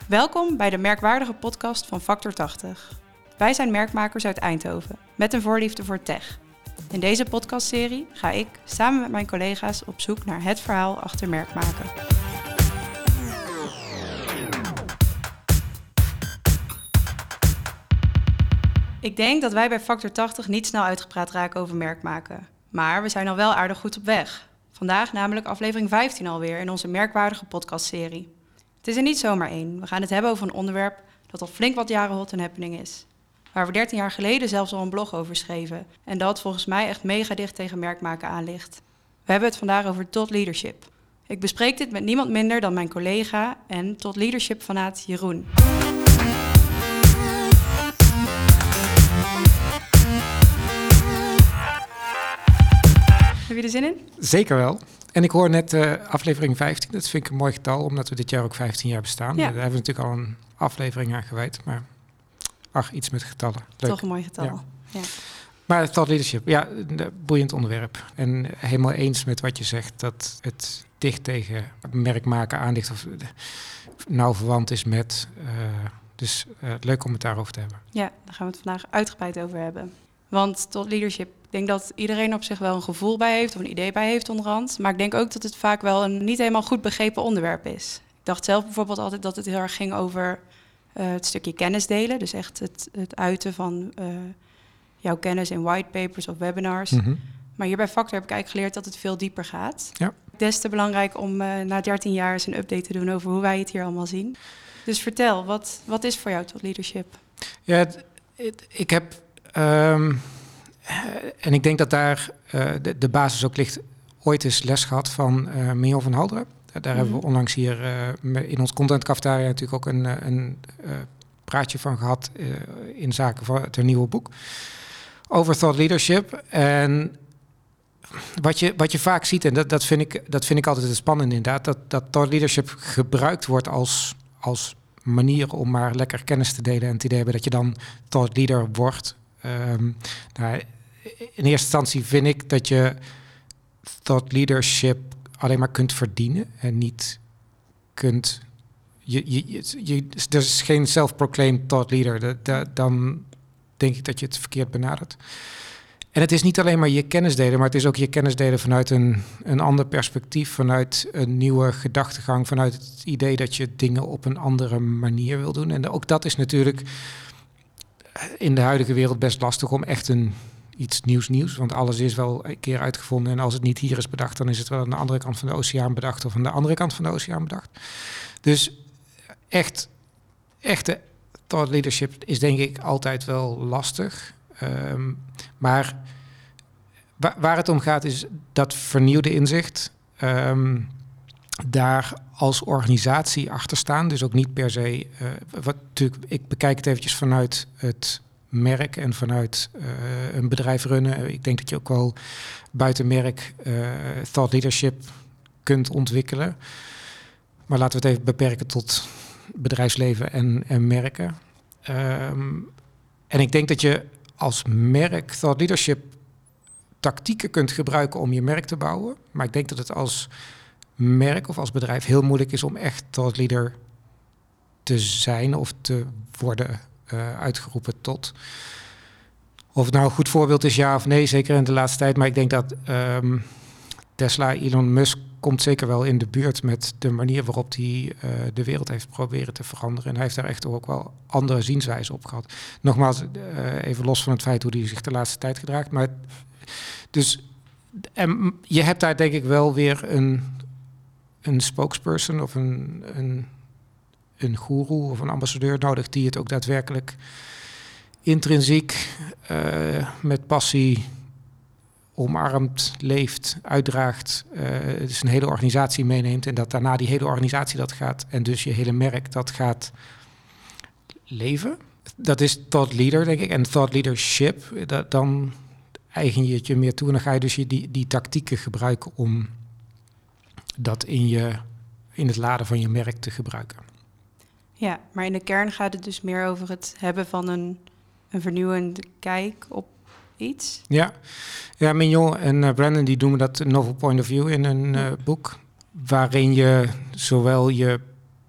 Welkom bij de merkwaardige podcast van Factor 80. Wij zijn merkmakers uit Eindhoven, met een voorliefde voor tech. In deze podcastserie ga ik samen met mijn collega's op zoek naar het verhaal achter merkmaken. Ik denk dat wij bij Factor 80 niet snel uitgepraat raken over merkmaken. Maar we zijn al wel aardig goed op weg. Vandaag namelijk aflevering 15 alweer in onze merkwaardige podcastserie. Het is er niet zomaar één. We gaan het hebben over een onderwerp dat al flink wat jaren hot and happening is. Waar we 13 jaar geleden zelfs al een blog over schreven. En dat volgens mij echt mega dicht tegen merkmaken aan ligt. We hebben het vandaag over thought leadership. Ik bespreek dit met niemand minder dan mijn collega en thought leadership fanaat Jeroen. Heb je er zin in? Zeker wel. En ik hoor net aflevering 15. Dat vind ik een mooi getal, omdat we dit jaar ook 15 jaar bestaan. Ja. Daar hebben we natuurlijk al een aflevering aan gewijd. Maar iets met getallen. Leuk. Toch een mooi getal. Ja. Maar thought leadership, een boeiend onderwerp. En helemaal eens met wat je zegt, dat het dicht tegen merkmaken aan ligt of nauw verwant is met. Dus leuk om het daarover te hebben. Ja, daar gaan we het vandaag uitgebreid over hebben. Want thought leadership, ik denk dat iedereen op zich wel een gevoel bij heeft of een idee bij heeft onderhand. Maar ik denk ook dat het vaak wel een niet helemaal goed begrepen onderwerp is. Ik dacht zelf bijvoorbeeld altijd dat het heel erg ging over het stukje kennis delen. Dus echt het uiten van jouw kennis in whitepapers of webinars. Mm-hmm. Maar hier bij Factor heb ik eigenlijk geleerd dat het veel dieper gaat. Ja. Des te belangrijk om na 13 jaar eens een update te doen over hoe wij het hier allemaal zien. Dus vertel, wat is voor jou thought leadership? Ja, ik heb... en ik denk dat daar de basis ook ligt. Ooit eens les gehad van Mignon van Halderen. Daar hebben we onlangs hier in ons content cafetaria natuurlijk ook een praatje van gehad in zaken van het nieuwe boek over thought leadership. En wat je vaak ziet, en dat vind ik altijd het spannende inderdaad, dat thought leadership gebruikt wordt als manier om maar lekker kennis te delen en het idee hebben dat je dan thought leader wordt. In eerste instantie vind ik dat je thought leadership alleen maar kunt verdienen en niet kunt... Er is geen self-proclaimed thought leader. Dan denk ik dat je het verkeerd benadert. En het is niet alleen maar je kennis delen, maar het is ook je kennis delen vanuit een ander perspectief, vanuit een nieuwe gedachtegang, vanuit het idee dat je dingen op een andere manier wil doen. En ook dat is natuurlijk in de huidige wereld best lastig om echt iets nieuws. Want alles is wel een keer uitgevonden. En als het niet hier is bedacht, dan is het wel aan de andere kant van de oceaan bedacht of aan de andere kant van de oceaan bedacht. Dus echte thought leadership is denk ik altijd wel lastig. Maar waar het om gaat is dat vernieuwde inzicht. Daar als organisatie achter staan. Dus ook niet per se... ik bekijk het eventjes vanuit het merk en vanuit een bedrijf runnen. Ik denk dat je ook wel buiten merk thought leadership kunt ontwikkelen. Maar laten we het even beperken tot bedrijfsleven en merken. En ik denk dat je als merk thought leadership tactieken kunt gebruiken om je merk te bouwen. Maar ik denk dat het als merk of als bedrijf heel moeilijk is om echt thought leader te zijn of te worden uitgeroepen tot. Of het nou een goed voorbeeld is, ja of nee, zeker in de laatste tijd. Maar ik denk dat Tesla, Elon Musk, komt zeker wel in de buurt met de manier waarop hij de wereld heeft proberen te veranderen. En hij heeft daar echt ook wel andere zienswijze op gehad. Nogmaals, even los van het feit hoe hij zich de laatste tijd gedraagt. Maar dus je hebt daar denk ik wel weer een spokesperson of een goeroe of een ambassadeur nodig die het ook daadwerkelijk intrinsiek met passie omarmt, leeft, uitdraagt. Dus een hele organisatie meeneemt en dat daarna die hele organisatie dat gaat en dus je hele merk dat gaat leven. Dat is thought leader, denk ik. En thought leadership, dan eigen je het je meer toe en dan ga je dus die tactieken gebruiken om dat in het laden van je merk te gebruiken. Ja, maar in de kern gaat het dus meer over het hebben van een vernieuwende kijk op iets. Ja, Mignon en Brandon die doen dat novel point of view in een boek, waarin je zowel je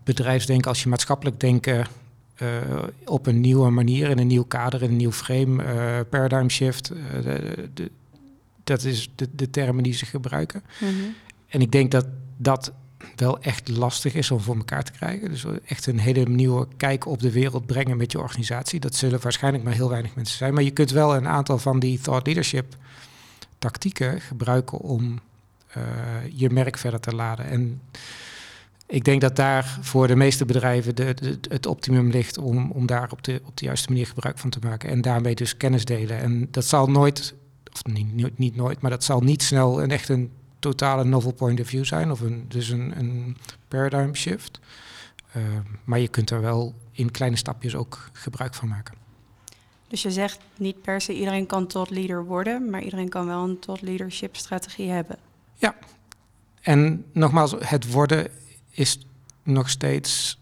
bedrijfsdenken als je maatschappelijk denken op een nieuwe manier, in een nieuw kader, in een nieuw frame, paradigm shift. Dat is de termen die ze gebruiken. Mhm. En ik denk dat dat wel echt lastig is om voor elkaar te krijgen. Dus echt een hele nieuwe kijk op de wereld brengen met je organisatie. Dat zullen waarschijnlijk maar heel weinig mensen zijn. Maar je kunt wel een aantal van die thought leadership tactieken gebruiken om je merk verder te laden. En ik denk dat daar voor de meeste bedrijven het optimum ligt om daar op de juiste manier gebruik van te maken. En daarmee dus kennis delen. En dat zal nooit, of niet nooit, maar dat zal niet snel een totale novel point of view zijn. Of een paradigm shift. Maar je kunt er wel in kleine stapjes ook gebruik van maken. Dus je zegt niet per se iedereen kan thought leader worden, maar iedereen kan wel een thought leadership strategie hebben. Ja, en nogmaals, het worden is nog steeds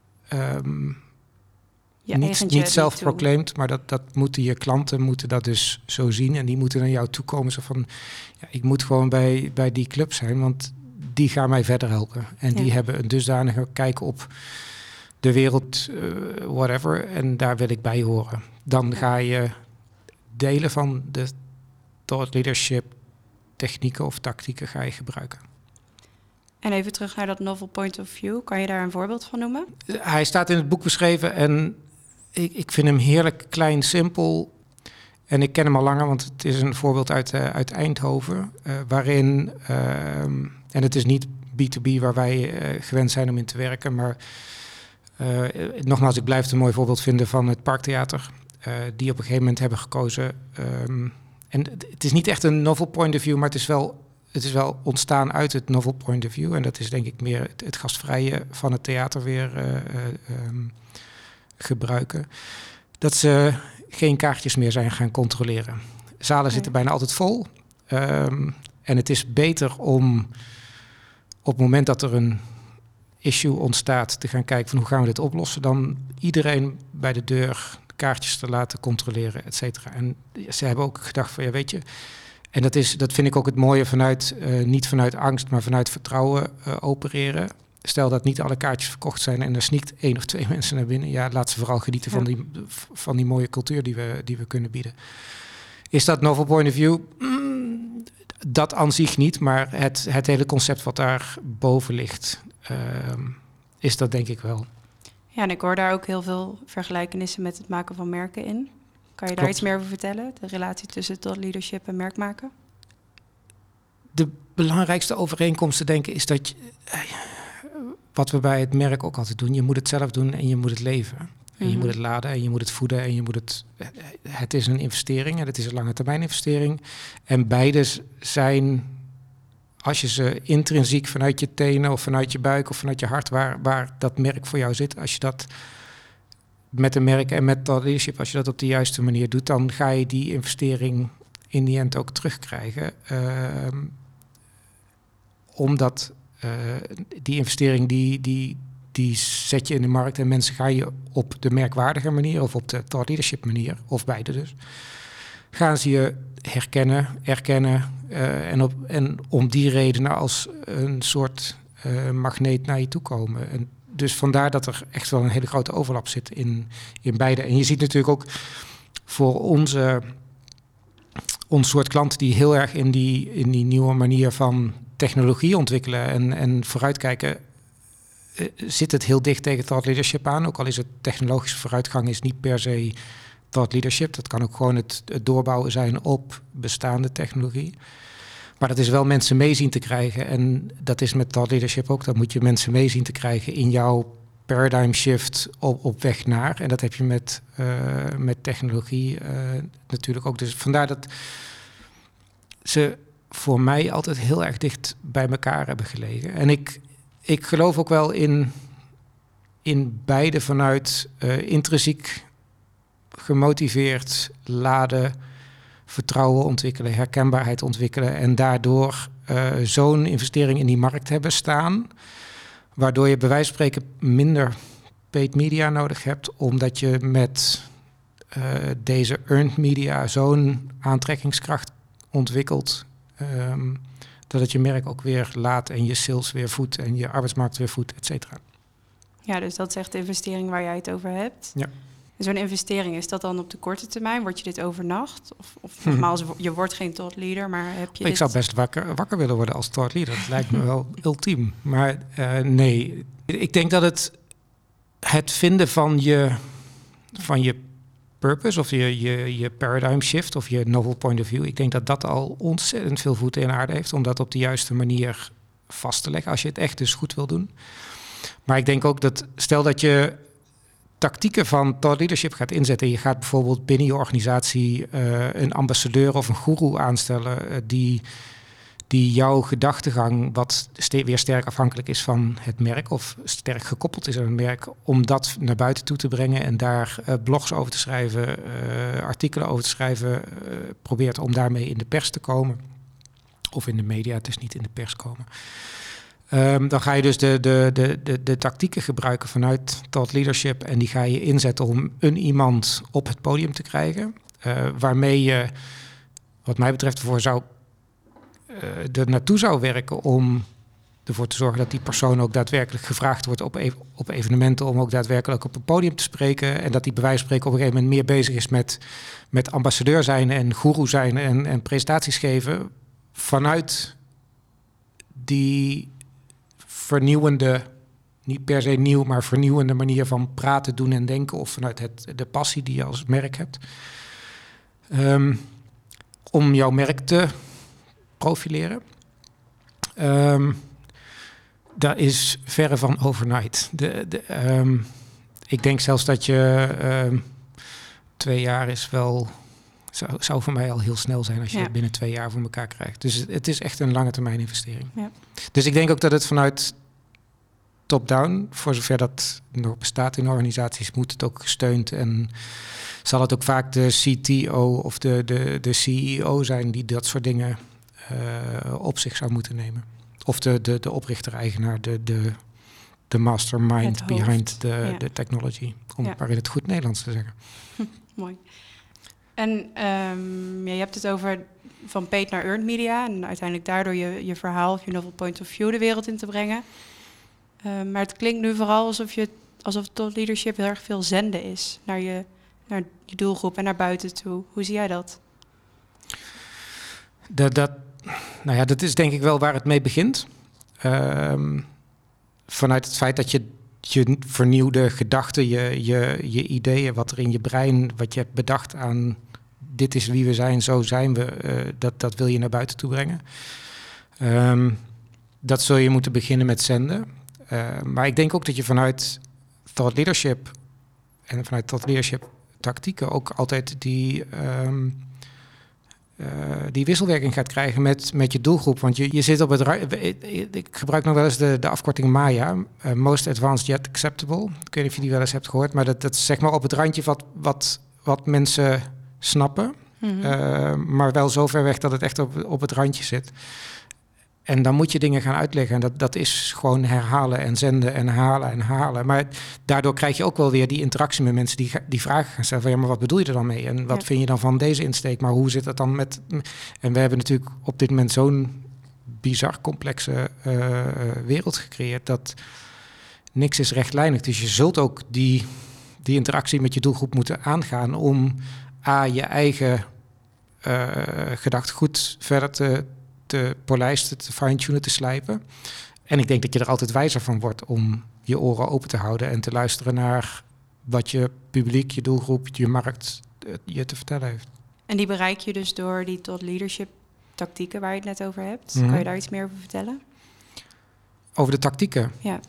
niet zelfproclaimed, maar dat moeten je klanten moeten dat dus zo zien. En die moeten naar jou toe komen. Zo van, ja, ik moet gewoon bij die club zijn, want die gaan mij verder helpen. En die hebben een dusdanige kijk op de wereld, whatever. En daar wil ik bij horen. Dan ga je delen van de thought leadership technieken of tactieken ga je gebruiken. En even terug naar dat novel point of view. Kan je daar een voorbeeld van noemen? Hij staat in het boek beschreven en ik vind hem heerlijk klein, simpel. En ik ken hem al langer, want het is een voorbeeld uit Eindhoven. Waarin, en het is niet B2B waar wij gewend zijn om in te werken. Maar nogmaals, ik blijf het een mooi voorbeeld vinden van het Parktheater. Die op een gegeven moment hebben gekozen. En het is niet echt een novel point of view, maar het is wel ontstaan uit het novel point of view. En dat is denk ik meer het gastvrije van het theater weer gebruiken. Dat ze geen kaartjes meer zijn gaan controleren. Zalen zitten bijna altijd vol. En het is beter om op het moment dat er een issue ontstaat te gaan kijken van hoe gaan we dit oplossen, dan iedereen bij de deur kaartjes te laten controleren, et cetera. En ze hebben ook gedacht van, ja, weet je, en dat vind ik ook het mooie vanuit, niet vanuit angst, maar vanuit vertrouwen opereren. Stel dat niet alle kaartjes verkocht zijn en er sneakt 1 of 2 mensen naar binnen. Ja, laat ze vooral genieten van die mooie cultuur die we kunnen bieden. Is dat novel point of view? Dat aan zich niet, maar het hele concept wat daar boven ligt, is dat denk ik wel. Ja, en ik hoor daar ook heel veel vergelijkenissen met het maken van merken in. Kan je daar iets meer over vertellen? De relatie tussen thought leadership en merk maken? De belangrijkste overeenkomsten denken is dat wat we bij het merk ook altijd doen, je moet het zelf doen en je moet het leven. En je moet het laden en je moet het voeden en je moet het is een investering en het is een lange termijn investering. En beide zijn, als je ze intrinsiek vanuit je tenen of vanuit je buik of vanuit je hart, waar dat merk voor jou zit, als je dat met een merk en met thought leadership, als je dat op de juiste manier doet, dan ga je die investering in die end ook terugkrijgen. Omdat die investering die zet je in de markt en mensen gaan je op de merkwaardige manier of op de thought leadership manier, of beide dus, gaan ze je herkennen, erkennen en om die redenen als een soort magneet naar je toe komen. En dus vandaar dat er echt wel een hele grote overlap zit in beide. En je ziet natuurlijk ook voor ons soort klanten die heel erg in die nieuwe manier van technologie ontwikkelen en vooruitkijken, zit het heel dicht tegen thought leadership aan. Ook al is het technologische vooruitgang is niet per se thought leadership. Dat kan ook gewoon het doorbouwen zijn op bestaande technologie. Maar dat is wel mensen mee zien te krijgen. En dat is met thought leadership ook. Dat moet je mensen mee zien te krijgen in jouw paradigm shift op weg naar. En dat heb je met technologie natuurlijk ook. Dus vandaar dat ze voor mij altijd heel erg dicht bij elkaar hebben gelegen. En ik geloof ook wel in beide vanuit intrinsiek gemotiveerd laden, vertrouwen ontwikkelen, herkenbaarheid ontwikkelen en daardoor zo'n investering in die markt hebben staan, waardoor je bij wijze van spreken minder paid media nodig hebt, omdat je met deze earned media zo'n aantrekkingskracht ontwikkelt, dat het je merk ook weer laat en je sales weer voedt en je arbeidsmarkt weer voedt, et cetera. Ja, dus dat is echt de investering waar jij het over hebt. Ja. En zo'n investering, is dat dan op de korte termijn? Word je dit overnacht? Of nogmaals, je wordt geen thought leader, maar heb je Ik zou best wakker willen worden als thought leader. Dat lijkt me wel ultiem. Maar nee, ik denk dat het vinden van je purpose of je paradigm shift of je novel point of view, ik denk dat dat al ontzettend veel voeten in aarde heeft om dat op de juiste manier vast te leggen als je het echt dus goed wil doen. Maar ik denk ook dat, stel dat je tactieken van thought leadership gaat inzetten. Je gaat bijvoorbeeld binnen je organisatie een ambassadeur of een goeroe aanstellen die jouw gedachtegang, wat weer sterk afhankelijk is van het merk of sterk gekoppeld is aan het merk, om dat naar buiten toe te brengen en daar blogs over te schrijven, artikelen over te schrijven, probeert om daarmee in de pers te komen. Of in de media, het is niet in de pers komen. Dan ga je dus de tactieken gebruiken vanuit thought leadership en die ga je inzetten om iemand op het podium te krijgen. Waarmee je, wat mij betreft, er naartoe zou werken om ervoor te zorgen dat die persoon ook daadwerkelijk gevraagd wordt op evenementen om ook daadwerkelijk op een podium te spreken. En dat die bij wijze van spreken op een gegeven moment meer bezig is met ambassadeur zijn en goeroe zijn en presentaties geven vanuit die vernieuwende, niet per se nieuw, maar vernieuwende manier van praten, doen en denken of vanuit de passie die je als merk hebt. Om jouw merk te profileren. Dat is verre van overnight. Ik denk zelfs dat je 2 jaar is wel... Zou voor mij al heel snel zijn als je het binnen 2 jaar voor elkaar krijgt. Dus het is echt een lange termijn investering. Ja. Dus ik denk ook dat het vanuit top-down, voor zover dat nog bestaat in organisaties, moet het ook gesteund. En zal het ook vaak de CTO of de CEO zijn die dat soort dingen op zich zou moeten nemen. Of de oprichter-eigenaar, de mastermind behind the technology. Om het maar in het goed Nederlands te zeggen. Mooi. En je hebt het over van paid naar earned media en uiteindelijk daardoor je verhaal of je novel point of view de wereld in te brengen. Maar het klinkt nu vooral alsof thought leadership heel erg veel zenden is naar je doelgroep en naar buiten toe. Hoe zie jij dat? Dat is denk ik wel waar het mee begint. Vanuit het feit dat je vernieuwde gedachten, je ideeën, wat er in je brein, wat je hebt bedacht aan dit is wie we zijn, zo zijn we, dat wil je naar buiten toe brengen. Dat zul je moeten beginnen met zenden. Maar ik denk ook dat je vanuit thought leadership en vanuit thought leadership tactieken ook altijd die wisselwerking gaat krijgen met je doelgroep. Want je zit op het... Ik gebruik nog wel eens de afkorting MAYA. Most Advanced Yet Acceptable. Ik weet niet of je die wel eens hebt gehoord. Maar dat is zeg maar op het randje wat mensen snappen. Mm-hmm. Maar wel zo ver weg dat het echt op het randje zit. En dan moet je dingen gaan uitleggen. En dat is gewoon herhalen en zenden en herhalen en herhalen. Maar daardoor krijg je ook wel weer die interactie met mensen die vragen gaan stellen van ja, maar wat bedoel je er dan mee? En wat vind je dan van deze insteek? Maar hoe zit dat dan met... En we hebben natuurlijk op dit moment zo'n bizar complexe wereld gecreëerd dat niks is rechtlijnig. Dus je zult ook die interactie met je doelgroep moeten aangaan om je eigen gedachtegoed verder te polijsten, te fine-tunen, te slijpen. En ik denk dat je er altijd wijzer van wordt om je oren open te houden en te luisteren naar wat je publiek, je doelgroep, je markt je te vertellen heeft. En die bereik je dus door die thought leadership tactieken waar je het net over hebt. Mm-hmm. Kan je daar iets meer over vertellen? Over de tactieken? Ja.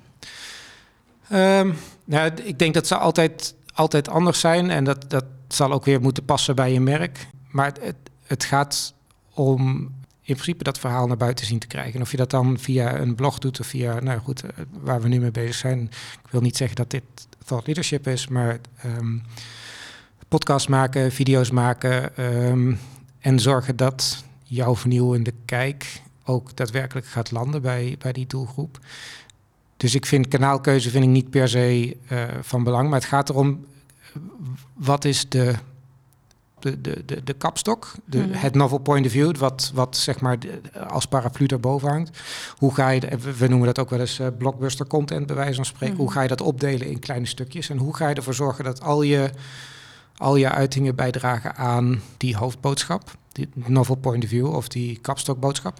Ik denk dat ze altijd anders zijn en dat zal ook weer moeten passen bij je merk. Maar het gaat om in principe dat verhaal naar buiten zien te krijgen. En of je dat dan via een blog doet of via, waar we nu mee bezig zijn. Ik wil niet zeggen dat dit thought leadership is, maar podcasts maken, video's maken en zorgen dat jouw vernieuwende kijk ook daadwerkelijk gaat landen bij die doelgroep. Dus ik vind kanaalkeuze niet per se van belang, maar het gaat erom wat is de de kapstok, het novel point of view, wat zeg maar als paraplu daarboven hangt. Hoe ga je, we noemen dat ook wel eens blockbuster content, bij wijze van spreken. Hoe ga je dat opdelen in kleine stukjes? En hoe ga je ervoor zorgen dat al je uitingen bijdragen aan die hoofdboodschap, die novel point of view of die kapstokboodschap?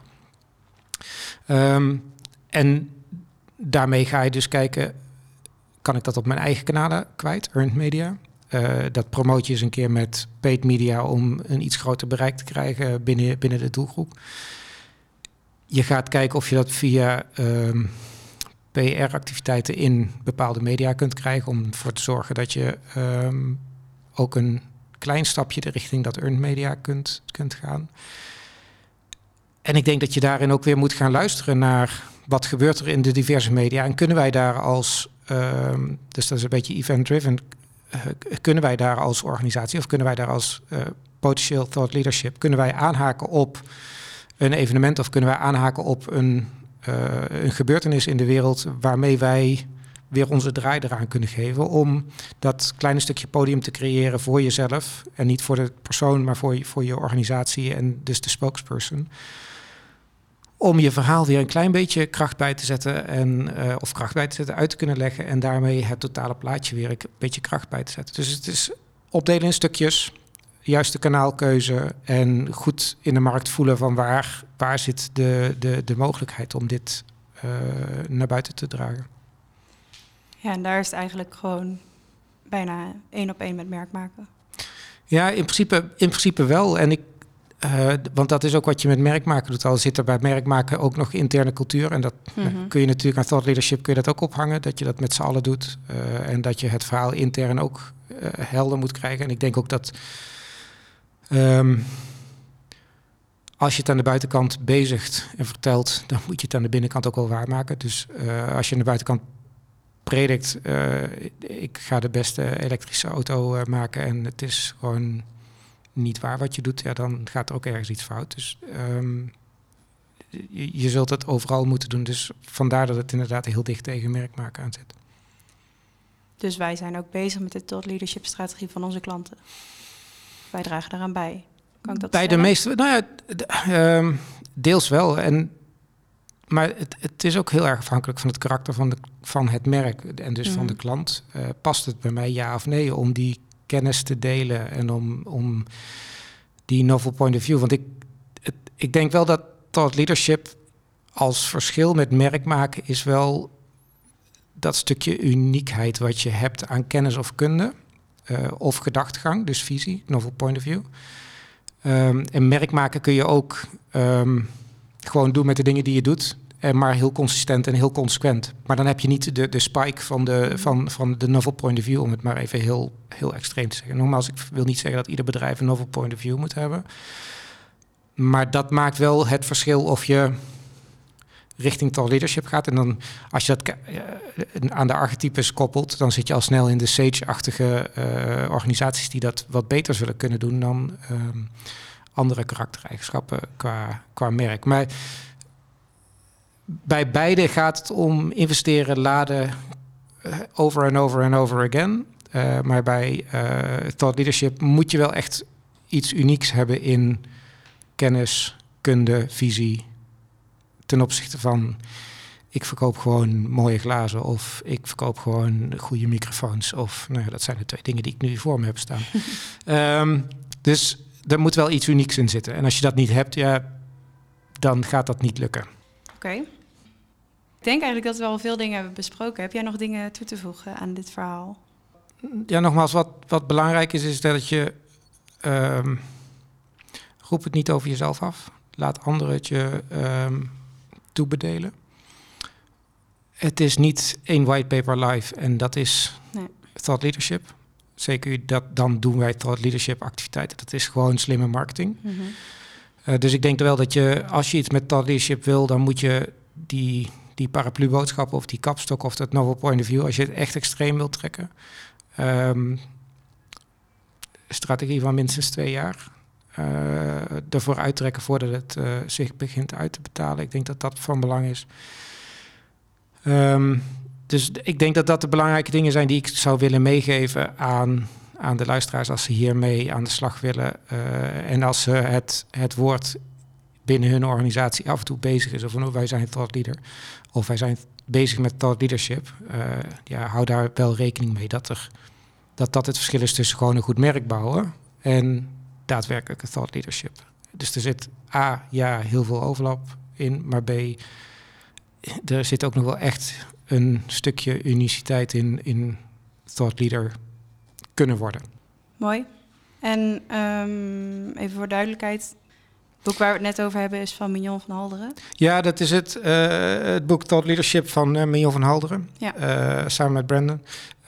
En daarmee ga je dus kijken, kan ik dat op mijn eigen kanalen kwijt, earned media? Dat promoot je eens een keer met paid media om een iets groter bereik te krijgen binnen de doelgroep. Je gaat kijken of je dat via PR-activiteiten in bepaalde media kunt krijgen, om ervoor te zorgen dat je ook een klein stapje de richting dat earned media kunt gaan. En ik denk dat je daarin ook weer moet gaan luisteren naar wat gebeurt er in de diverse media. En kunnen wij daar als, dus dat is een beetje event-driven, kunnen wij daar als organisatie of kunnen wij daar als potentieel thought leadership, kunnen wij aanhaken op een evenement of kunnen wij aanhaken op een gebeurtenis in de wereld waarmee wij weer onze draai eraan kunnen geven om dat kleine stukje podium te creëren voor jezelf en niet voor de persoon, maar voor je organisatie en dus de spokesperson. Om je verhaal weer een klein beetje kracht bij te zetten of kracht bij te zetten, uit te kunnen leggen en daarmee het totale plaatje weer een beetje kracht bij te zetten. Dus het is opdelen in stukjes, juiste kanaalkeuze en goed in de markt voelen van waar zit de mogelijkheid om dit naar buiten te dragen. Ja, en daar is het eigenlijk gewoon bijna 1 op 1 met merk maken. Ja, in principe wel. En want dat is ook wat je met merkmaken doet. Al zit er bij merkmaken ook nog interne cultuur. En dat kun je natuurlijk aan thought leadership kun je dat ook ophangen. Dat je dat met z'n allen doet. En dat je het verhaal intern ook helder moet krijgen. En ik denk ook dat als je het aan de buitenkant bezigt en vertelt, dan moet je het aan de binnenkant ook wel waarmaken. Dus als je aan de buitenkant predikt, ik ga de beste elektrische auto maken en het is gewoon niet waar wat je doet, ja, dan gaat er ook ergens iets fout. Dus je zult het overal moeten doen. Dus vandaar dat het inderdaad heel dicht tegen merkmaken aan zit. Dus wij zijn ook bezig met de thought leadership strategie van onze klanten. Wij dragen daaraan bij. Kan ik dat bij stellen? De meeste, nou ja, deels wel. Maar het is ook heel erg afhankelijk van het karakter van het merk en dus van de klant. Past het bij mij, ja of nee, om die kennis te delen en om die novel point of view. Want ik denk wel dat thought leadership als verschil met merk maken is wel dat stukje uniekheid wat je hebt aan kennis of kunde of gedachtegang, dus visie, novel point of view. En merk maken kun je ook gewoon doen met de dingen die je doet. Maar heel consistent en heel consequent. Maar dan heb je niet de spike van de novel point of view, om het maar even heel, heel extreem te zeggen. Nogmaals, ik wil niet zeggen dat ieder bedrijf een novel point of view moet hebben. Maar dat maakt wel het verschil of je richting thought leadership gaat. En dan, als je dat aan de archetypes koppelt, dan zit je al snel in de Sage-achtige organisaties die dat wat beter zullen kunnen doen dan andere karaktereigenschappen qua merk. Maar bij beide gaat het om investeren, laden, over en over en over again. Maar bij thought leadership moet je wel echt iets unieks hebben in kennis, kunde, visie. Ten opzichte van, ik verkoop gewoon mooie glazen of ik verkoop gewoon goede microfoons. Of, nou ja, dat zijn de 2 dingen die ik nu voor me heb staan. Dus er moet wel iets unieks in zitten. En als je dat niet hebt, ja, dan gaat dat niet lukken. Oké. Ik denk eigenlijk dat we al veel dingen hebben besproken. Heb jij nog dingen toe te voegen aan dit verhaal? Ja, nogmaals, wat belangrijk is dat je roep het niet over jezelf af. Laat anderen het je toebedelen. Het is niet één whitepaper live en dat is thought leadership. Zeker dan doen wij thought leadership activiteiten. Dat is gewoon slimme marketing. Dus ik denk wel dat je, als je iets met thought leadership wil, dan moet je die paraplu-boodschap of die kapstok of dat novel point of view, als je het echt extreem wilt trekken, strategie van minstens 2 jaar. Ervoor uittrekken voordat het zich begint uit te betalen. Ik denk dat dat van belang is. Dus ik denk dat dat de belangrijke dingen zijn die ik zou willen meegeven aan de luisteraars als ze hiermee aan de slag willen. En als ze het woord binnen hun organisatie af en toe bezig is. Of wij zijn thought leader. Of wij zijn bezig met thought leadership. Hou daar wel rekening mee dat het verschil is tussen gewoon een goed merk bouwen en daadwerkelijke thought leadership. Dus er zit heel veel overlap in, maar B, er zit ook nog wel echt een stukje uniciteit in thought leader kunnen worden. Mooi. En even voor duidelijkheid, het boek waar we het net over hebben is van Mignon van Halderen. Ja, dat is het boek Thought Leadership van Mignon van Halderen. Ja. Samen met Brandon.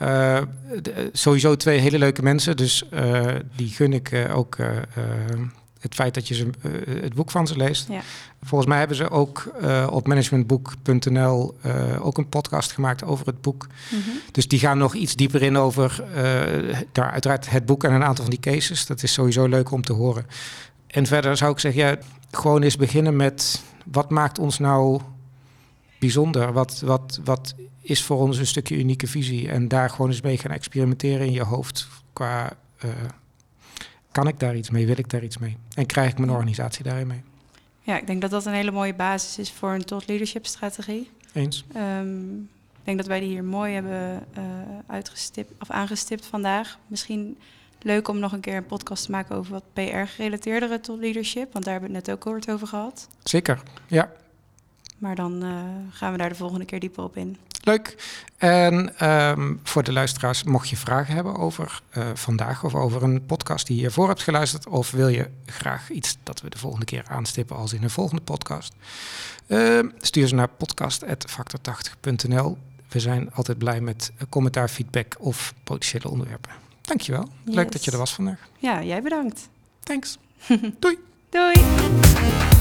Sowieso 2 hele leuke mensen. Dus die gun ik ook het feit dat je het boek van ze leest. Ja. Volgens mij hebben ze ook op managementboek.nl ook een podcast gemaakt over het boek. Mm-hmm. Dus die gaan nog iets dieper in over uiteraard het boek en een aantal van die cases. Dat is sowieso leuk om te horen. En verder zou ik zeggen, gewoon eens beginnen met wat maakt ons nou bijzonder? Wat is voor ons een stukje unieke visie? En daar gewoon eens mee gaan experimenteren in je hoofd. Qua, kan ik daar iets mee? Wil ik daar iets mee? En krijg ik mijn organisatie daarin mee? Ja, ik denk dat dat een hele mooie basis is voor een thought leadership strategie. Eens. Ik denk dat wij die hier mooi hebben aangestipt vandaag. Misschien leuk om nog een keer een podcast te maken over wat PR-gerelateerdere thought leadership. Want daar hebben we het net ook kort over gehad. Zeker, ja. Maar dan gaan we daar de volgende keer dieper op in. Leuk. En voor de luisteraars, mocht je vragen hebben over vandaag of over een podcast die je hiervoor hebt geluisterd, of wil je graag iets dat we de volgende keer aanstippen als in een volgende podcast, stuur ze naar podcast@factor80.nl. We zijn altijd blij met commentaar, feedback of potentiële onderwerpen. Dankjewel. Yes. Leuk dat je er was vandaag. Ja, jij bedankt. Thanks. Doei. Doei.